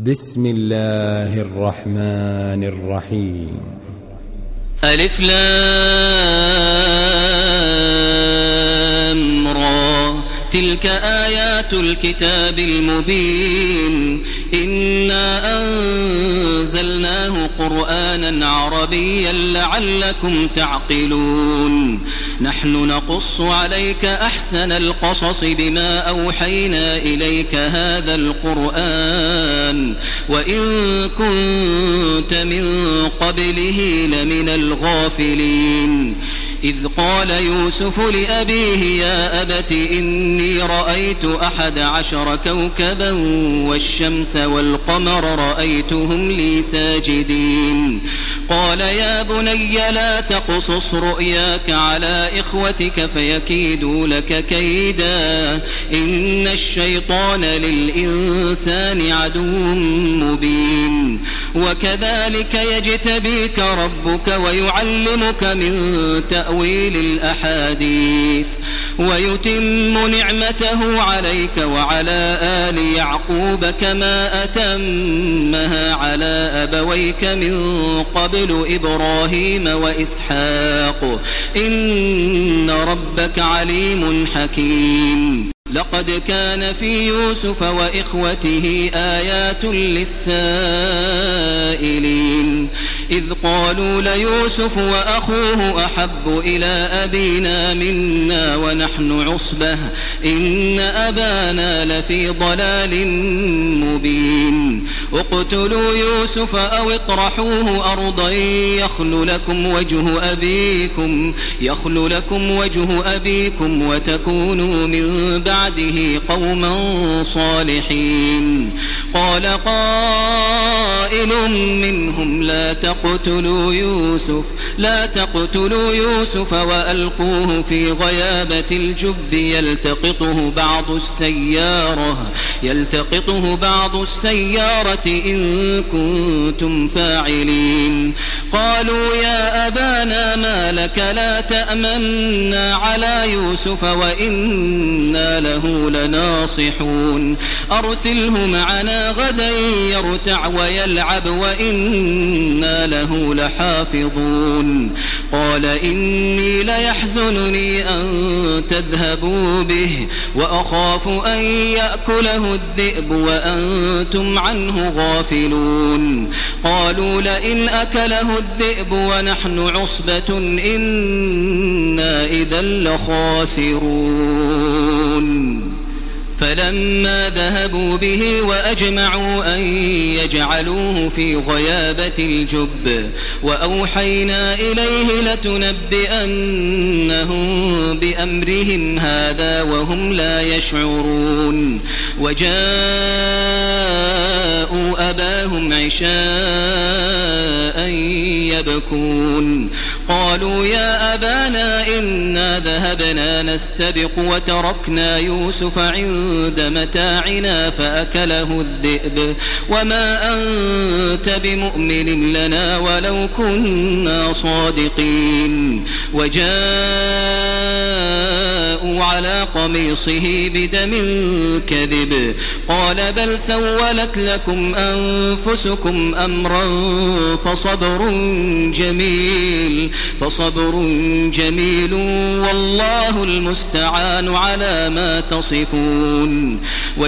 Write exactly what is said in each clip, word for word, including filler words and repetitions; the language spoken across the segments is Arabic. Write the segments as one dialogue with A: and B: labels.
A: بسم الله الرحمن الرحيم.
B: ألف لام را تلك آيات الكتاب المبين إنا أنزلناه قرآنا عربيا لعلكم تعقلون نحن نقص عليك أحسن القصص بما أوحينا إليك هذا القرآن وإن كنت من قبله لمن الغافلين إذ قال يوسف لأبيه يا أبت إني رأيت أحد عشر كوكبا والشمس والقمر رأيتهم لي ساجدين قال يا بني لا تقصص رؤياك على إخوتك فيكيدوا لك كيدا إن الشيطان للإنسان عدو مبين وكذلك يجتبيك ربك ويعلمك من تأويل الأحاديث ويتم نعمته عليك وعلى آل يعقوب كما أتمها على أبويك من قبل إبراهيم وإسحاق إن ربك عليم حكيم لقد كان في يوسف وإخوته آيات للسائلين إذ قالوا ليوسف وأخوه أحب إلى أبينا منا ونحن عصبة إن أبانا لفي ضلال مبين اقتلوا يوسف أو اطرحوه أرضا يخل لكم وجه أبيكم يخل لكم وجه أبيكم وتكونوا من بعده قوما صالحين قال قائل منهم لا تقتلوا يوسف لا تقتلوا يوسف وألقوه في غيابة الجب يلتقطه بعض السيارة يلتقطه بعض السيارة إن كنتم فاعلين قالوا يا أبانا ما لك لا تأمنا على يوسف وإنا له لناصحون أرسله معنا غدا يرتع ويلعب وإنا له لحافظون قال إني ليحزنني أن تذهبوا به وأخاف أن يأكله الذئب وأنتم عنه غافلون قالوا لئن أكله الذئب ونحن عصبة إنا إذا لخاسرون فلما ذهبوا به وأجمعوا أن يجعلوه في غيابة الجب وأوحينا إليه لتنبئنهم بأمرهم هذا وهم لا يشعرون وجاءوا أباهم عشاء يبكون قالوا يا أبانا إنا ذهبنا نستبق وتركنا يوسف عند متاعنا فأكله الذئب وما أنت بمؤمن لنا ولو كنا صادقين وجاءوا على قميصه بدم كذب قال بل سولت لكم أنفسكم أمرا فصبر جميل فصبر جميل والله المستعان على ما تصفون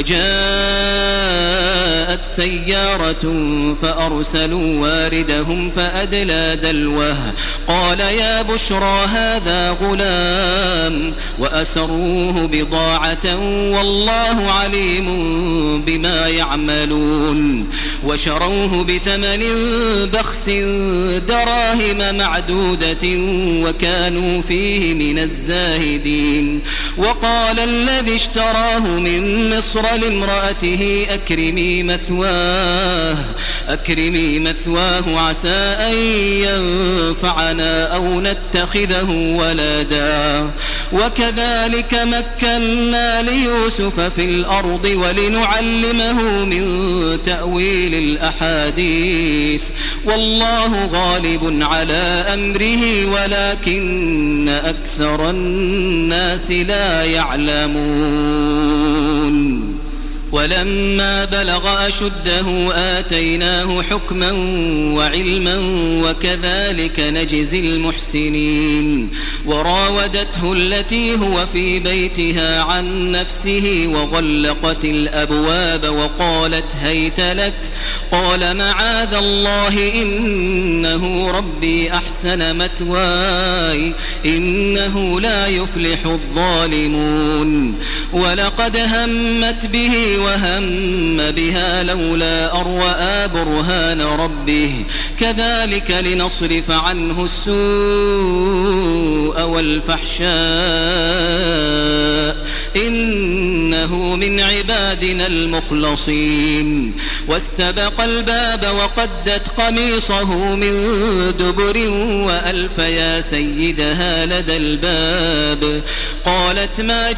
B: وجاءت سيارة فأرسلوا واردهم فأدلى دلوه قال يا بشرى هذا غلام وأسروه بضاعة والله عليم بما يعملون وشروه بثمن بخس دراهم معدودة وكانوا فيه من الزاهدين وقال الذي اشتراه من مصر لامرأته أكرمي مثواه أكرمي مثواه عسى أن ينفعنا أو نتخذه ولدا وكذلك مكنا ليوسف في الأرض ولنعلمه من تأويل الأحاديث والله غالب على أمره ولكن أكثر الناس لا يعلمون ولما بلغ أشده آتيناه حكما وعلما وكذلك نجزي المحسنين وراودته التي هو في بيتها عن نفسه وغلقت الأبواب وقالت هيت لك قال معاذ الله إنه ربي أحسن مثواي إنه لا يفلح الظالمون ولقد همت به وهم بها لولا أن رأى برهان ربه كذلك لنصرف عنه السوء والفحشاء إنه من عبادنا المخلصين واستبق الباب وقدت قميصه من دبر وألف يا سيدها لدى الباب قالت ما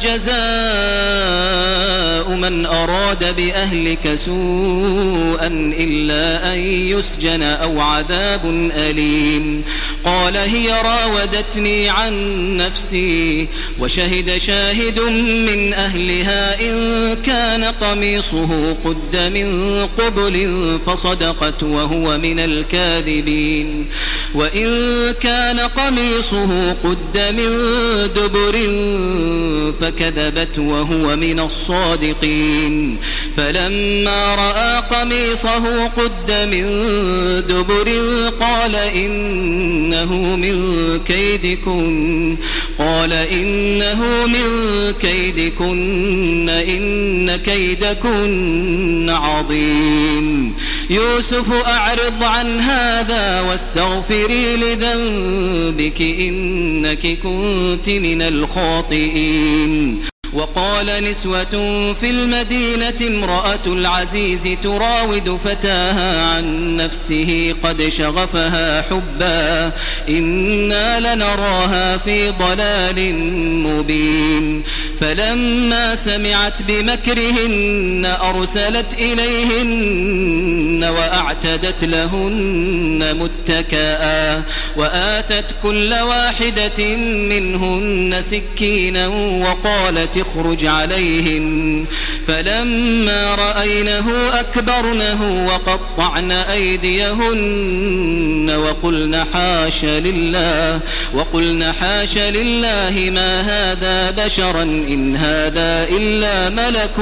B: جزاء من أراد بأهلك سوءا إلا أن يسجن أو عذاب أليم قال هي راودتني عن نفسي وشهد شاهد من أهلها إن كان قميصه قد من قبل فصدقت وهو من الكاذبين وإن كان قميصه قد من دبر فكذبت وهو من الصادقين فلما رأى قميصه قد من دبر قال إنه من كيدكن قال إنه من كيدكن إن كيدكن عظيم يوسف أعرض عن هذا واستغفري لذنبك إنك كنت من الخاطئين وقال نسوة في المدينة امرأة العزيز تراود فتاها عن نفسه قد شغفها حبا إنا لنراها في ضلال مبين فلما سمعت بمكرهن أرسلت إليهن وأعتدت لهن متكئا وآتت كل واحدة منهن سكينا وقالت اخرج عليهن فلما رأينه أكبرنه وقطعن أيديهن وقلن حاش لله وقلن حاش لله ما هذا بشرا إن هذا إلا ملك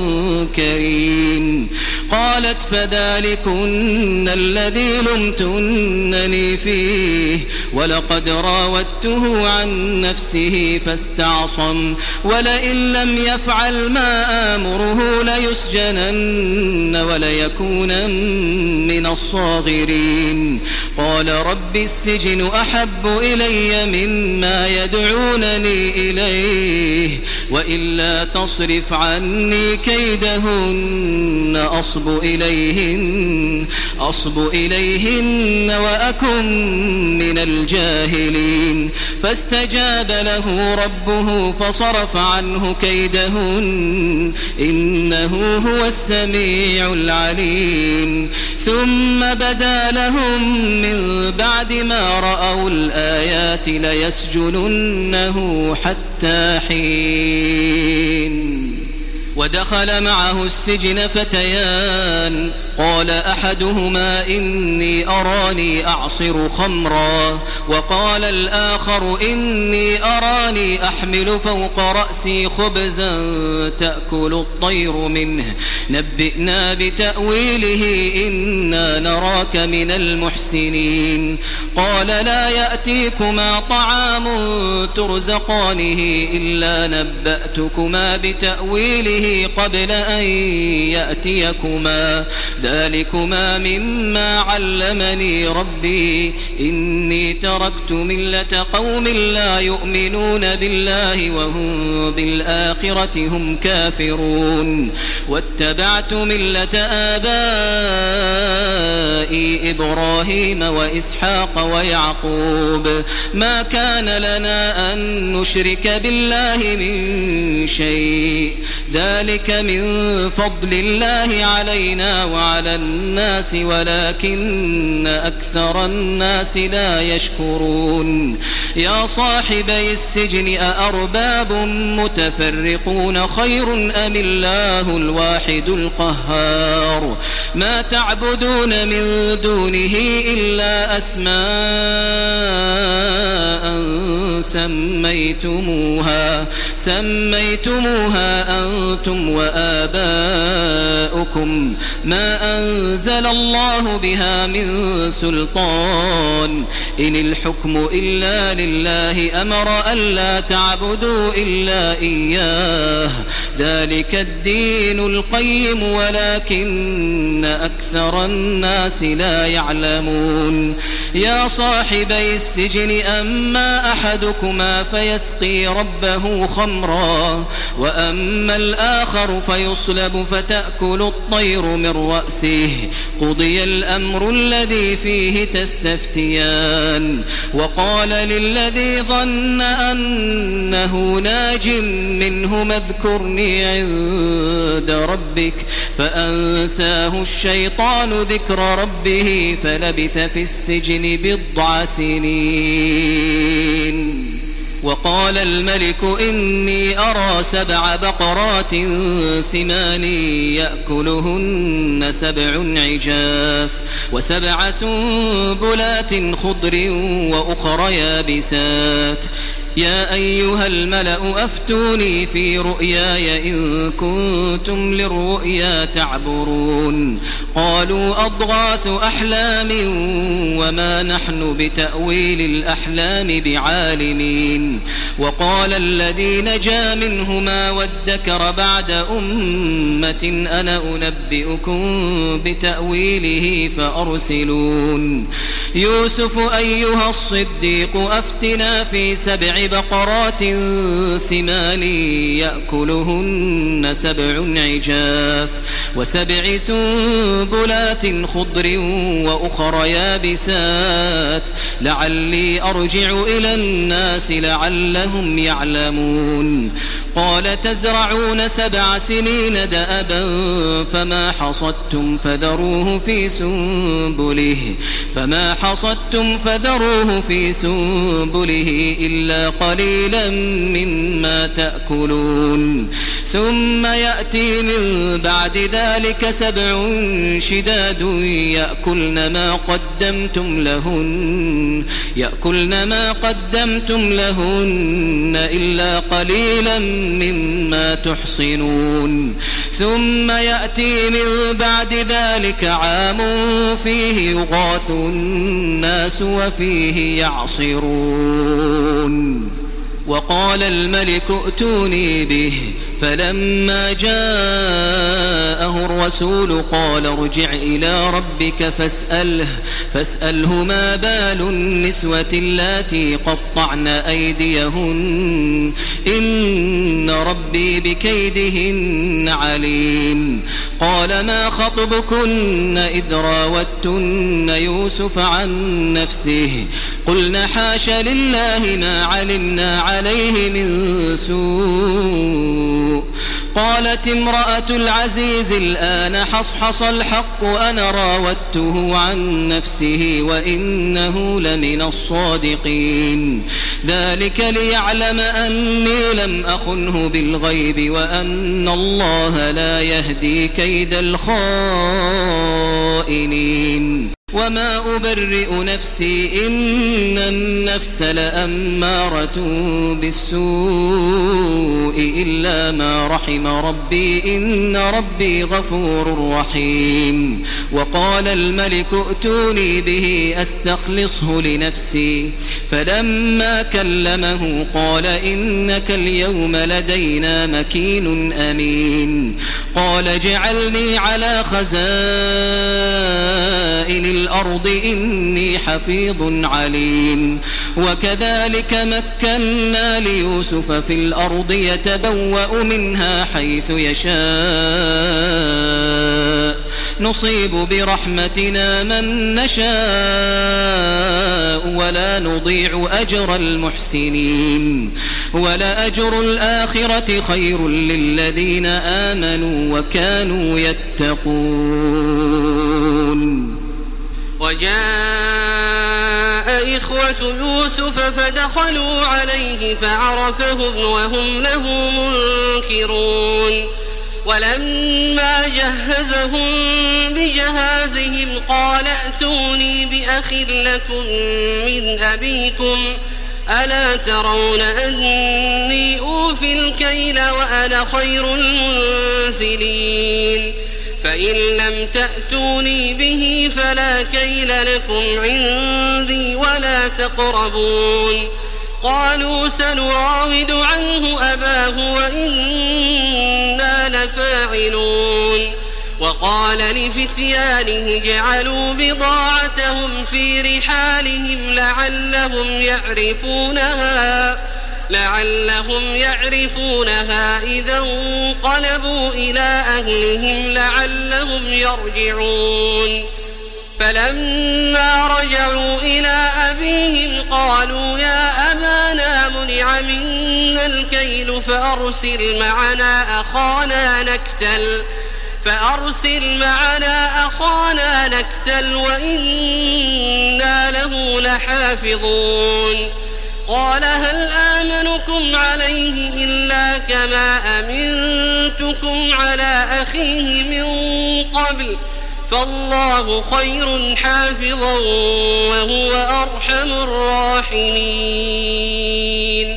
B: كريم قالت فذلكن الذي لمتنني فيه ولقد راودته عن نفسه فاستعصم ولئن لم يفعل ما آمره ليسجنن وليكونن من الصاغرين قال رب السجن أحب إلي مما يدعونني إليه وإلا تصرف عني كيدهن أصب إليهن أصب إليهن وأكن من الجاهلين فاستجاب له ربه فصرف عنه كيدهن إنه هو السميع العليم ثم بدا لهم من بعد ما رأوا الآيات ليسجننه حتى حين ودخل معه السجن فتيان قال أحدهما إني أراني أعصر خمرا وقال الآخر إني أراني أحمل فوق رأسي خبزا تأكل الطير منه نبئنا بتأويله إنا نراك من المحسنين قال لا يأتيكما طعام ترزقانه إلا نبأتكما بتأويله قبل أن يأتيكما ذلكما مما علمني ربي إني تركت ملة قوم لا يؤمنون بالله وهم بالآخرة هم كافرون واتبعت ملة آبائي إبراهيم وإسحاق ويعقوب ما كان لنا أن نشرك بالله من شيء ذلك من فضل الله علينا وعلى الناس ولكن أكثر الناس لا يشكرون يا صاحبي السجن أأرباب متفرقون خير أم الله الواحد القهار ما تعبدون من دونه إلا أسماء سميتموها سميتموها أنتم وآباؤكم ما أنزل الله بها من سلطان إن الحكم إلا لله أمر ألا تعبدوا إلا إياه ذلك الدين القيم ولكن أكثر الناس لا يعلمون يا صاحبي السجن أما أحدكما فيسقي ربه خمرا وأما الآخر فيصلب فتأكل الطير من رأسه قضي الأمر الذي فيه تستفتيان وقال للذي ظن أنه ناج منهما اذكرني عند ربك فأنساه الشيطان ذكر ربه فلبث في السجن بضع سنين وقال الملك إني أرى سبع بقرات سمان يأكلهن سبع عجاف وسبع سنبلات خضر وأخر يابسات يا أيها الملأ أفتوني في رؤياي إن كنتم للرؤيا تعبرون قالوا أضغاث أحلام وما نحن بتأويل الأحلام بعالمين وقال الذي نجا منهما وادكر بعد أمة أنا أنبئكم بتأويله فأرسلون يوسف أيها الصديق أفتنا في سبع بقرات سمان يأكلهن سبع عجاف وسبع سنبلات خضر وأخر يابسات لعلي أرجع إلى الناس لعلهم يعلمون قال تزرعون سبع سنين دأبا فما حصدتم فذروه في سنبله فما حصدتم فذروه في سنبله إلا قليلا مما تأكلون ثم يأتي من بعد ذلك سبع شداد يأكلن ما قدمتم لهن يأكلن ما قدمتم لهن إلا قليلا مما تحصنون ثم يأتي من بعد ذلك عام فيه يغاث الناس وفيه يعصرون وقال الملك ائتوني به فلما جاءه الرسول قال ارجع إلى ربك فاسأله, فاسأله ما بال النسوة اللاتي قطعن أيديهن إن ربي بكيدهن عليم قال ما خطبكن إذ راوتن يوسف عن نفسه قلنا حاش لله ما علمنا عليه من سوء قالت امرأة العزيز الآن حصحص الحق أنا راودته عن نفسه وإنه لمن الصادقين ذلك ليعلم أني لم أخنه بالغيب وأن الله لا يهدي كيد الخائنين وما أبرئ نفسي إن النفس لأمارة بالسوء إلا ما رحم ربي إن ربي غفور رحيم وقال الملك ائتوني به أستخلصه لنفسي فلما كلمه قال إنك اليوم لدينا مكين أمين قال اجعلني على خزائن الأرض إني حفيظ عليم وكذلك مكنا ليوسف في الأرض يتبوأ منها حيث يشاء نصيب برحمتنا من نشاء ولا نضيع أجر المحسنين ولأجر الآخرة خير للذين آمنوا وكانوا يتقون.
C: وجاء إخوة يوسف فدخلوا عليه فعرفهم وهم له منكرون. ولما جهزهم بجهازهم قال ائتوني بأخ لكم من أبيكم ألا ترون أني أوفي الكيل وأنا خير المنزلين فإن لم تأتوني به فلا كيل لكم عندي ولا تقربون. قالوا سنراود عنه أباه وإنا لفاعلون. وقال لفتيانه اجعلوا بضاعتهم في رحالهم لعلهم يعرفونها لعلهم يعرفونها إذا انقلبوا إلى أهلهم لعلهم يرجعون. فلما رجعوا إلى أبيهم قالوا يا أبانا منع منا الكيل فأرسل معنا أخانا نكتل فأرسل معنا أخانا نكتل وإنا له لحافظون. قال هل آمنكم عليه إلا كما أمنتكم على أخيه من قبل فالله خير حافظا وهو أرحم الراحمين.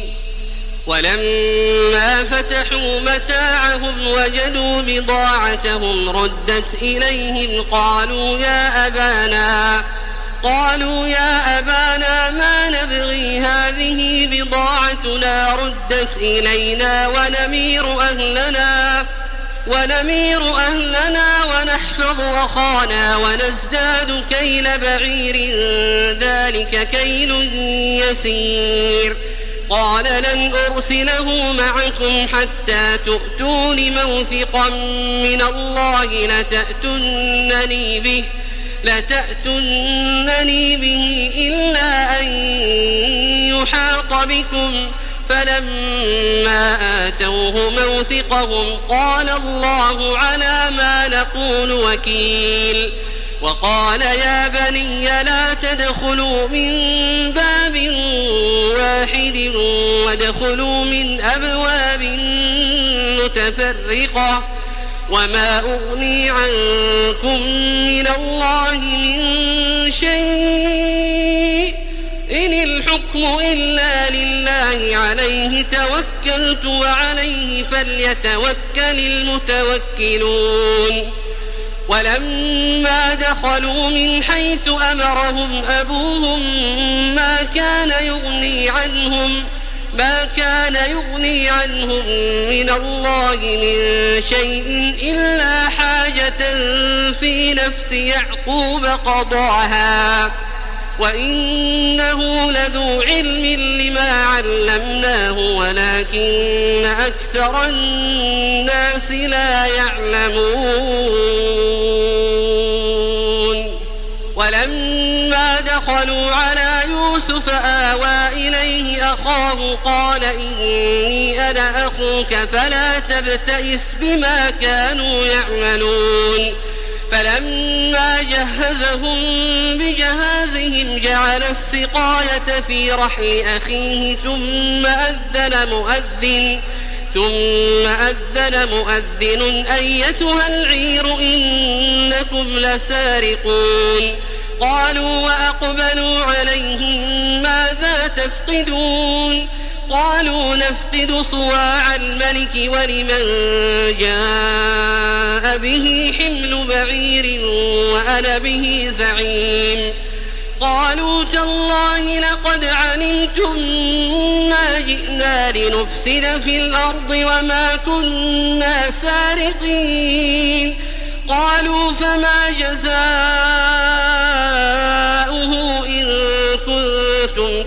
C: ولما فتحوا متاعهم وجدوا بضاعتهم ردت إليهم قالوا يا أبانا قالوا يا أبانا ما نبغي هذه بضاعتنا ردت إلينا ونمير أهلنا ونمير أهلنا ونحفظ أخانا ونزداد كيل بعير ذلك كيل يسير. قال لن أرسله معكم حتى تؤتون موثقا من الله لتأتونني به لتأتونني به إلا أن يحاط بكم. فلما آتوه موثقهم قال الله على ما نقول وكيل. وقال يا بني لا تدخلوا من باب واحد وادخلوا من أبواب متفرقة وما أغني عنكم من الله من شيء إن الحكم إلا لله عليه توكلت وعليه فليتوكل المتوكلون. ولما دخلوا من حيث أمرهم أبوهم ما كان يغني عنهم ما كان يغني عنهم من الله من شيء إلا حاجة في نفس يعقوب قضاها وإنه لذو علم لما علمناه ولكن أكثر الناس لا يعلمون. ولما دخلوا على يوسف آوى إليه أخاه قال إني أنا أخوك فلا تبتئس بما كانوا يعملون. فلما جهزهم بجهازهم جعل السقاية في رحل أخيه ثم أذن مؤذن ثم أذن مؤذن أيتها العير إنكم لسارقون. قالوا وأقبلوا عليهم ماذا تفقدون؟ قالوا نفقد صواع الملك ولمن جاء به حمل بعير وأنا به زعيم. قالوا تالله لقد علمتم ما جئنا لنفسد في الأرض وما كنا سارقين. قالوا فما جزاؤه إن كنتم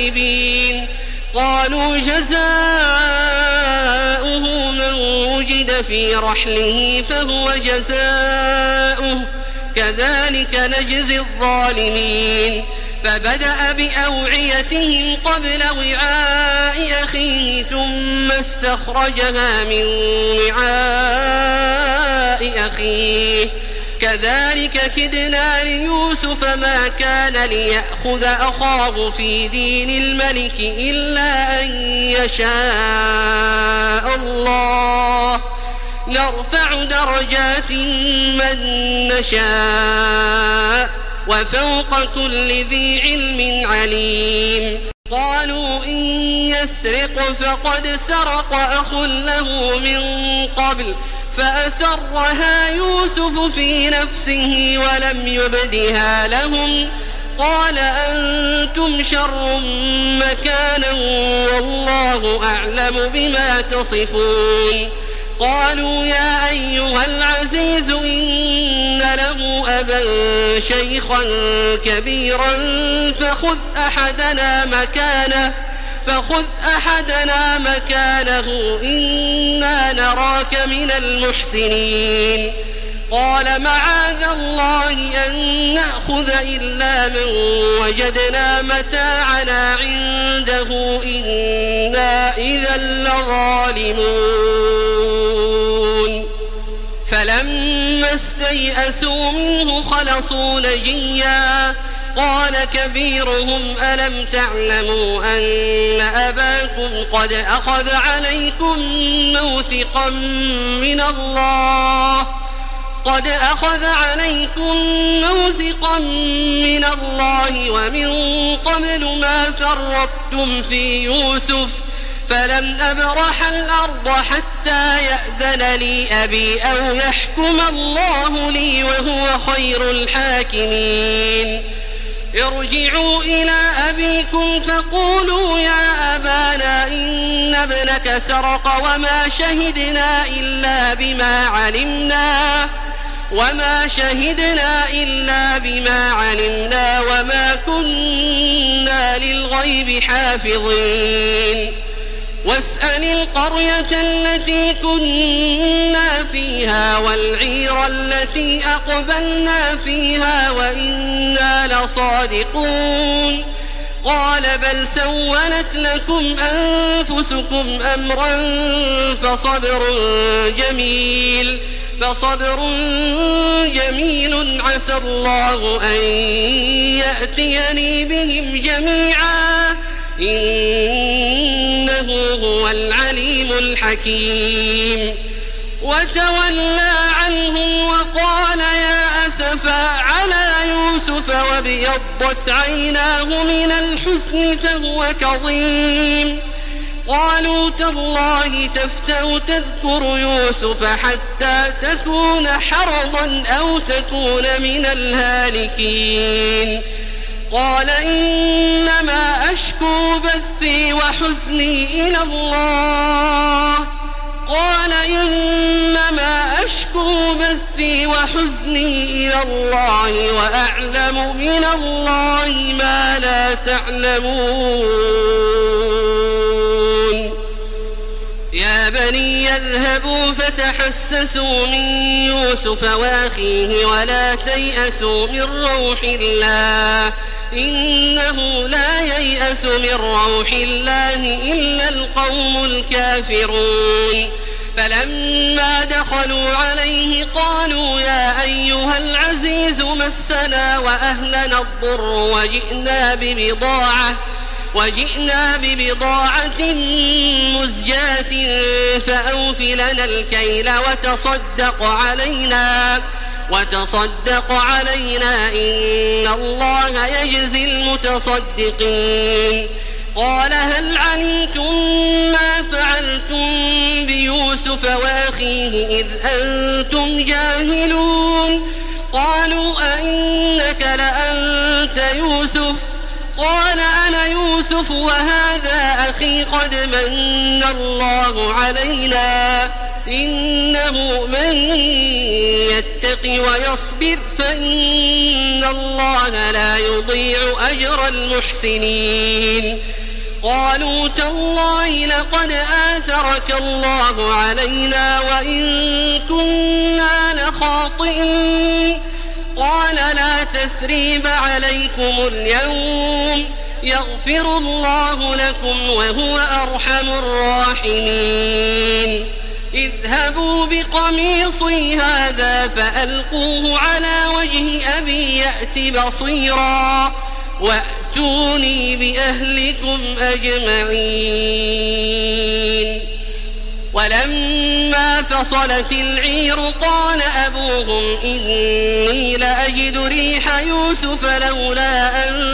C: كاذبين؟ قالوا جزاؤه من وجد في رحله فهو جزاؤه كذلك نجزي الظالمين فبدأ بأوعيتهم قبل وعاء أخيه ثم استخرجها من وعاء أخيه كذلك كدنا ليوسف ما كان ليأخذ أخاه في دين الملك إلا أن يشاء الله نرفع درجات من نشاء وفوق كل ذي علم عليم قالوا إن يسرق فقد سرق أخ له من قبل فأسرها يوسف في نفسه ولم يبدها لهم قال أنتم شر مكانا والله أعلم بما تصفون قالوا يا أيها العزيز إن له أبا شيخا كبيرا فخذ أحدنا مكانه فخذ أحدنا مكانه إنا نراك من المحسنين قال معاذ الله أن نأخذ إلا من وجدنا متاعنا عنده إنا إذا لظالمون فلما استيئسوا منه خلصوا نجيا قال كبيرهم ألم تعلموا أن أباكم قد أخذ عليكم موثقا من الله قد أخذ عليكم موثقا من الله ومن قبل ما فرطتم في يوسف فلن أبرح الأرض حتى يأذن لي أبي أو يحكم الله لي وهو خير الحاكمين ارجعوا إلى أبيكم فقولوا يا أبانا إن ابنك سرق وما شهدنا إلا بما علمنا وما شهدنا إلا بما علمنا وما كنا للغيب حافظين واسأل القرية التي كنا فيها والعير التي أقبلنا فيها وإنا لصادقون قال بل سولت لكم أنفسكم أمرا فصبر جميل فصبر جميل عسى الله أن يأتيني بهم جميعا إنه هو العليم الحكيم وتولى عنهم وقال يا أسفا على يوسف وابيضت عيناه من الحزن فهو كظيم قالوا تالله تفتأ تذكر يوسف حتى تكون حرضا أو تكون من الهالكين قال إنما أشكو بثي وحزني إلى الله قال إنما أشكو بثي وحزني إلى الله وأعلم من الله ما لا تعلمون يا بني يذهبوا فتحسسوا من يوسف وأخيه ولا تيأسوا من روح الله إنه لا ييأس من روح الله إلا القوم الكافرون فلما دخلوا عليه قالوا يا أيها العزيز مسنا وأهلنا الضر وجئنا ببضاعة وجئنا ببضاعة مزجاة فأوف لنا الكيل وتصدق علينا وتصدق علينا إن الله يجزي المتصدقين قال هل علمتم ما فعلتم بيوسف وأخيه إذ أنتم جاهلون قالوا أئنك لأنت يوسف قال أنا يوسف وهذا أخي قد من الله علينا إنه من يتق ويصبر فإن الله لا يضيع أجر المحسنين قالوا تالله لقد آثرك الله علينا وإن كنا لخاطئين قال لا تثريب عليكم اليوم يغفر الله لكم وهو أرحم الراحمين اذهبوا بقميصي هذا فألقوه على وجه أبي يأت بصيرا وأتوني بأهلكم أجمعين. ولما فصلت العير قال أبوهم إني لأجد ريح يوسف لولا أن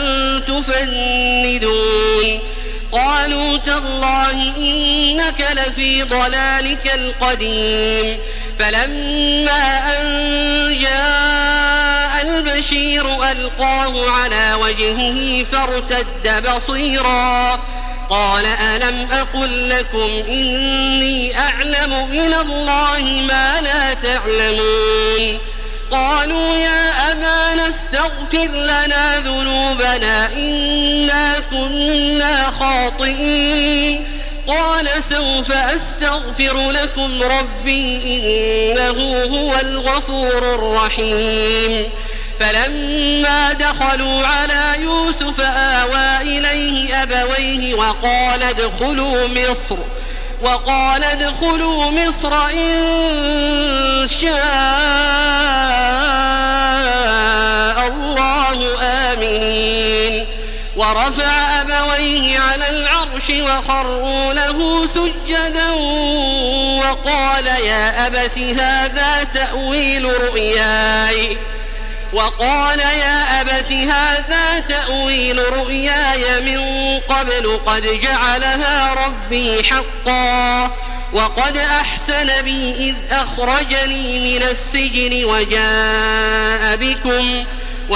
C: تفندون قالوا تالله إنك لفي ضلالك القديم. فلما أن جاء البشير ألقاه على وجهه فارتد بصيرا قال ألم أقل لكم إني أعلم من الله ما لا تعلمون قالوا يا أبانا استغفر لنا ذنوبنا إنا كنا خاطئين قال سوف أستغفر لكم ربي إنه هو الغفور الرحيم. فلما دخلوا على يوسف آوى إليه أبويه وقال ادخلوا مصر وقال ادخلوا مصر إن شاء الله آمنين. ورفع أبويه على العرش وخروا له سجدا وقال يا أبت هذا تأويل رؤياي وقال يا أبت هذا تأويل رؤياي من قبل قد جعلها ربي حقا وقد أحسن بي إذ أخرجني من السجن وجاء بكم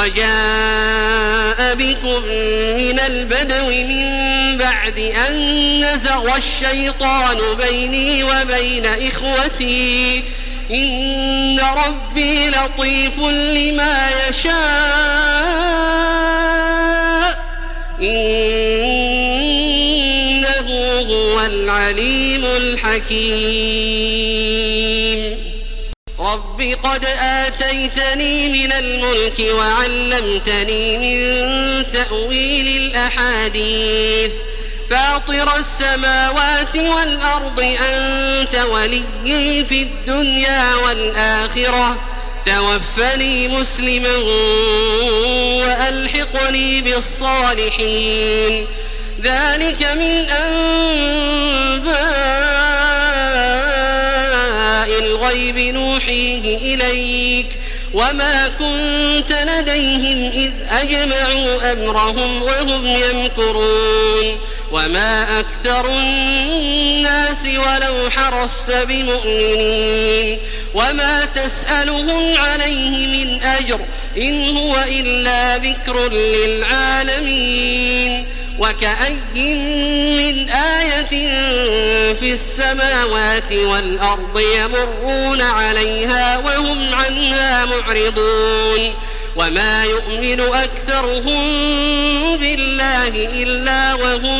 C: وجاء بكم من البدو من بعد أن نزغ الشيطان بيني وبين إخوتي إن ربي لطيف لما يشاء إنه هو العليم الحكيم. رب قد آتيتني من الملك وعلمتني من تأويل الأحاديث فاطر السماوات والأرض أنت وليي في الدنيا والآخرة توفني مسلما وألحقني بالصالحين ذلك من أنباء الغيب نوحيه إليك وما كنت لديهم إذ أجمعوا أمرهم وهم يمكرون وما أكثر الناس ولو حرصت بمؤمنين وما تسألهم عليه من أجر إن هو إلا ذكر للعالمين. وكأي من آية في السماوات والأرض يمرون عليها وهم عنها معرضون وما يؤمن أكثرهم بالله إلا وهم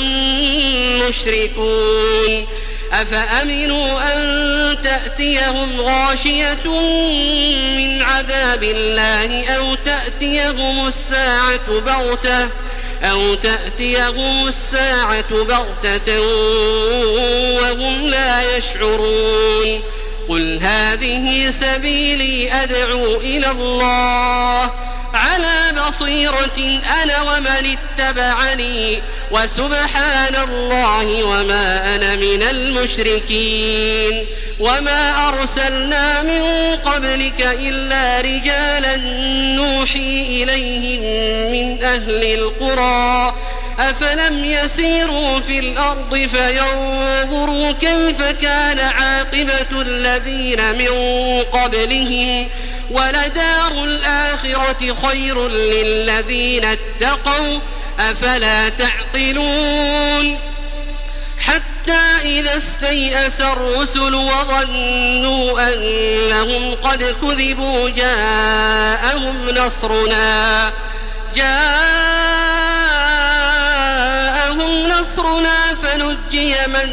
C: مشركون. أفأمنوا أن تأتيهم غاشية من عذاب الله أو تأتيهم الساعة بغتة أو تأتيهم الساعة بغتة وهم لا يشعرون. قل هذه سبيلي أدعو إلى الله على بصيرة أنا ومن اتبعني وسبحان الله وما أنا من المشركين. وما أرسلنا من قبلك إلا رجالا نوحي إليهم من أهل القرى أفلم يسيروا في الأرض فينظروا كيف كان عاقبة الذين من قبلهم ولدار الآخرة خير للذين اتقوا أفلا تعقلون. حتى إذا استيأس الرسل وظنوا أنهم قد كذبوا جاءهم نصرنا جاءهم نصرنا نصرنا فنجي من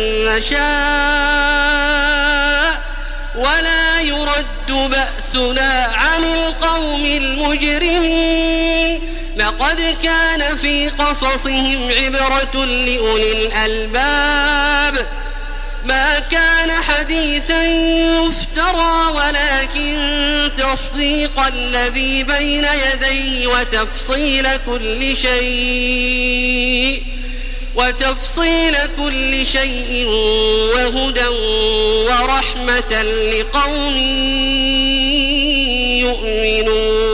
C: نشاء ولا يرد بأسنا عن القوم المجرمين لقد كان في قصصهم عبرة لأولي الألباب ما كان حديثا يفترى ولكن تصديق الذي بين يديه وتفصيل كل شيء وتفصيل كل شيء وهدى ورحمة لقوم يؤمنون.